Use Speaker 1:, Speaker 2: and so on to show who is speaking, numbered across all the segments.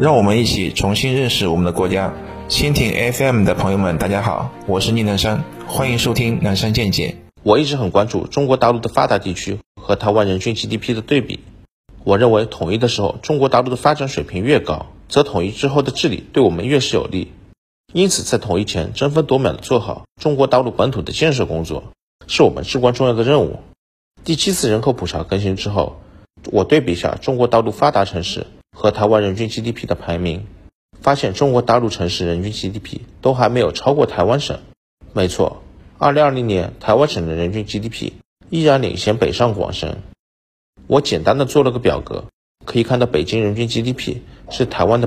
Speaker 1: 让我们一起重新认识我们的国家。蜻蜓 FM 的朋友们，大家好，我是宁南山，欢迎收听南山见解。
Speaker 2: 我一直很关注中国大陆的发达地区和台湾人均 GDP 的对比。我认为统一的时候，中国大陆的发展水平越高，则统一之后的治理对我们越是有利。因此在统一前争分夺秒地做好中国大陆本土的建设工作，是我们至关重要的任务。第7次人口普查更新之后，我对比下中国大陆发达城市和台湾人均 GDP 的排名，发现中国大陆城市人均 GDP 都还没有超过台湾省。没错，2020年台湾省的人均 GDP 依然领先北上广深。我简单的做了个表格，可以看到北京人均 GDP 是台湾的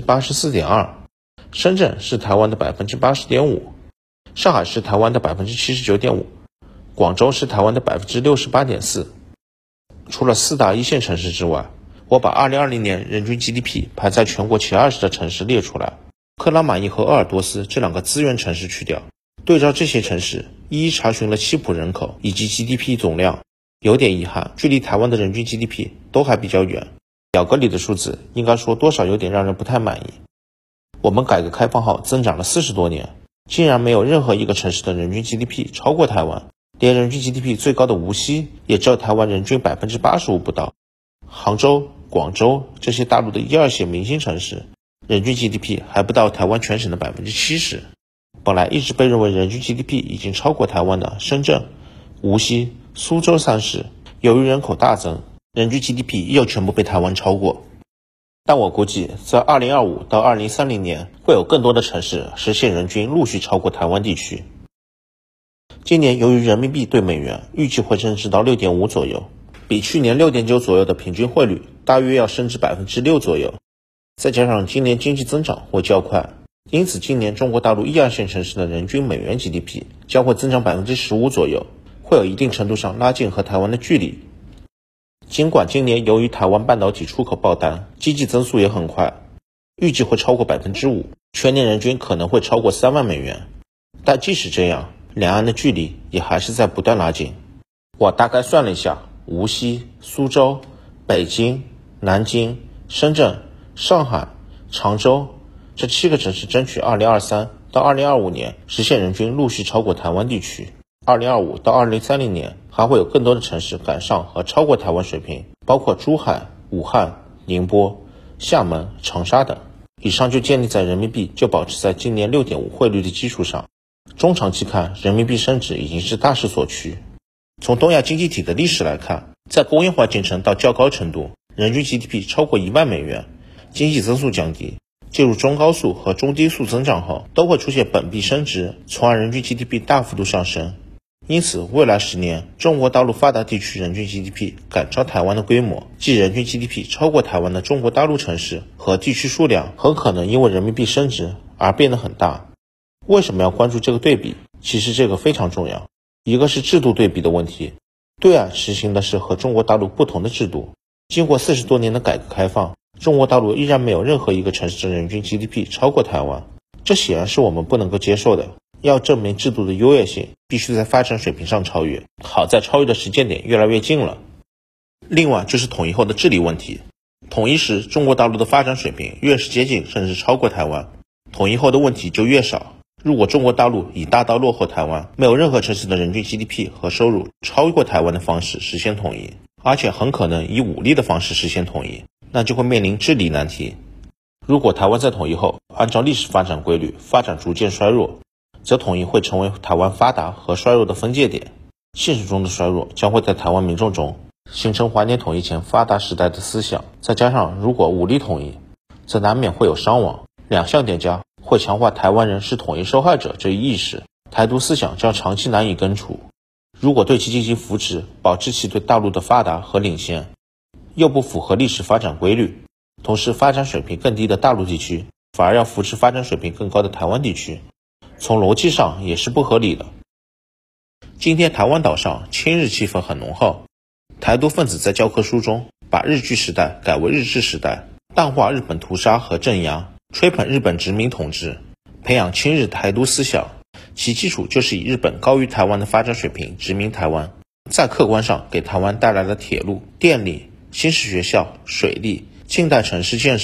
Speaker 2: 84.2%， 深圳是台湾的 80.5%， 上海是台湾的 79.5%， 广州是台湾的 68.4%。 除了4大一线城市之外，我把2020年人均 GDP 排在全国前20的城市列出来，克拉玛依和鄂尔多斯这2个资源城市去掉，对照这些城市一一查询了七普人口以及 GDP 总量。有点遗憾，距离台湾的人均 GDP 都还比较远，表格里的数字应该说多少有点让人不太满意。我们改革开放后增长了40多年，竟然没有任何一个城市的人均 GDP 超过台湾，连人均 GDP 最高的无锡也只有台湾人均 85% 不到。杭州、广州这些大陆的1、2线明星城市，人均 GDP 还不到台湾全省的 70%。 本来一直被认为人均 GDP 已经超过台湾的深圳、无锡、苏州3市，由于人口大增，人均 GDP 又全部被台湾超过。但我估计在2025到2030年会有更多的城市实现人均陆续超过台湾地区。今年由于人民币对美元预计会升值到 6.5 左右，比去年 6.9 左右的平均汇率大约要升值 6% 左右，再加上今年经济增长会较快，因此今年中国大陆1、2线城市的人均美元 GDP 将会增长 15% 左右，会有一定程度上拉近和台湾的距离。尽管今年由于台湾半导体出口爆单，经济增速也很快，预计会超过 5%， 全年人均可能会超过3万美元，但即使这样，两岸的距离也还是在不断拉近。我大概算了一下，无锡、苏州、北京、南京、深圳、上海、常州这7个城市争取2023到2025年实现人均陆续超过台湾地区。2025到2030年还会有更多的城市赶上和超过台湾水平，包括珠海、武汉、宁波、厦门、长沙等。以上就建立在人民币就保持在今年 6.5 汇率的基础上。中长期看，人民币升值已经是大势所趋。从东亚经济体的历史来看，在工业化进程到较高程度，人均 GDP 超过1万美元，经济增速降低，进入中高速和中低速增长后，都会出现本币升值，从而人均 GDP 大幅度上升。因此未来10年，中国大陆发达地区人均 GDP 赶超台湾的规模，即人均 GDP 超过台湾的中国大陆城市和地区数量，很可能因为人民币升值而变得很大。为什么要关注这个对比？其实这个非常重要。一个是制度对比的问题，对岸实行的是和中国大陆不同的制度，经过40多年的改革开放，中国大陆依然没有任何一个城市的人均 GDP 超过台湾，这显然是我们不能够接受的。要证明制度的优越性，必须在发展水平上超越，好在超越的时间点越来越近了。另外就是统一后的治理问题，统一时中国大陆的发展水平越是接近甚至超过台湾，统一后的问题就越少。如果中国大陆以大到落后台湾，没有任何城市的人均 GDP 和收入超过台湾的方式实现统一，而且很可能以武力的方式实现统一，那就会面临治理难题。如果台湾在统一后按照历史发展规律发展逐渐衰弱，则统一会成为台湾发达和衰弱的分界点，现实中的衰弱将会在台湾民众中形成怀念统一前发达时代的思想，再加上如果武力统一，则难免会有伤亡，两项叠加会强化台湾人是统一受害者这一意识，台独思想将长期难以根除。如果对其进行扶持，保持其对大陆的发达和领先，又不符合历史发展规律，同时发展水平更低的大陆地区反而要扶持发展水平更高的台湾地区，从逻辑上也是不合理的。今天台湾岛上亲日气氛很浓厚，台独分子在教科书中把日据时代改为日治时代，淡化日本屠杀和镇压，吹捧日本殖民统治，培养亲日台独思想，其基础就是以日本高于台湾的发展水平殖民台湾，在客观上给台湾带来了铁路、电力、新式学校、水利、近代城市建设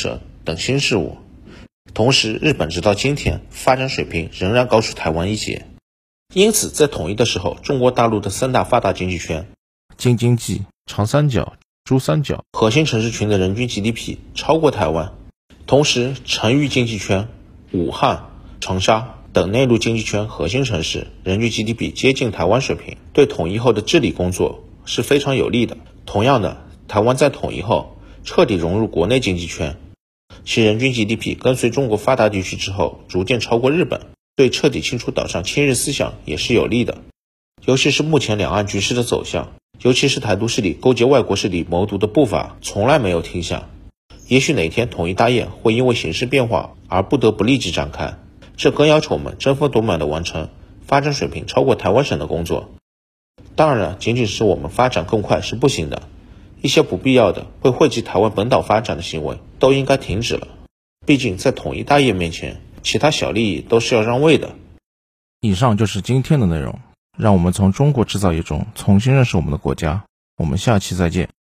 Speaker 2: 等新事物。同时，日本直到今天发展水平仍然高出台湾一截。因此，在统一的时候，中国大陆的三大发达经济圈
Speaker 3: 京津冀、长三角、珠三角
Speaker 2: 核心城市群的人均 GDP 超过台湾。同时，成渝经济圈、武汉、长沙等内陆经济圈核心城市人均 GDP 接近台湾水平，对统一后的治理工作是非常有利的。同样的，台湾在统一后彻底融入国内经济圈，其人均 GDP 跟随中国发达地区之后逐渐超过日本，对彻底清除岛上亲日思想也是有利的。尤其是目前两岸局势的走向，尤其是台独势力勾结外国势力谋独的步伐从来没有停下。也许哪天统一大业会因为形势变化而不得不立即展开，这更要求我们争分夺秒地完成发展水平超过台湾省的工作。当然了，仅仅是我们发展更快是不行的，一些不必要的会惠及台湾本岛发展的行为都应该停止了。毕竟在统一大业面前，其他小利益都是要让位的。
Speaker 3: 以上就是今天的内容，让我们从中国制造业中重新认识我们的国家。我们下期再见。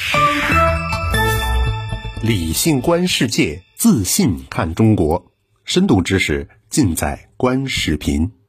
Speaker 4: 理性观世界，自信看中国，深度知识尽在观视频。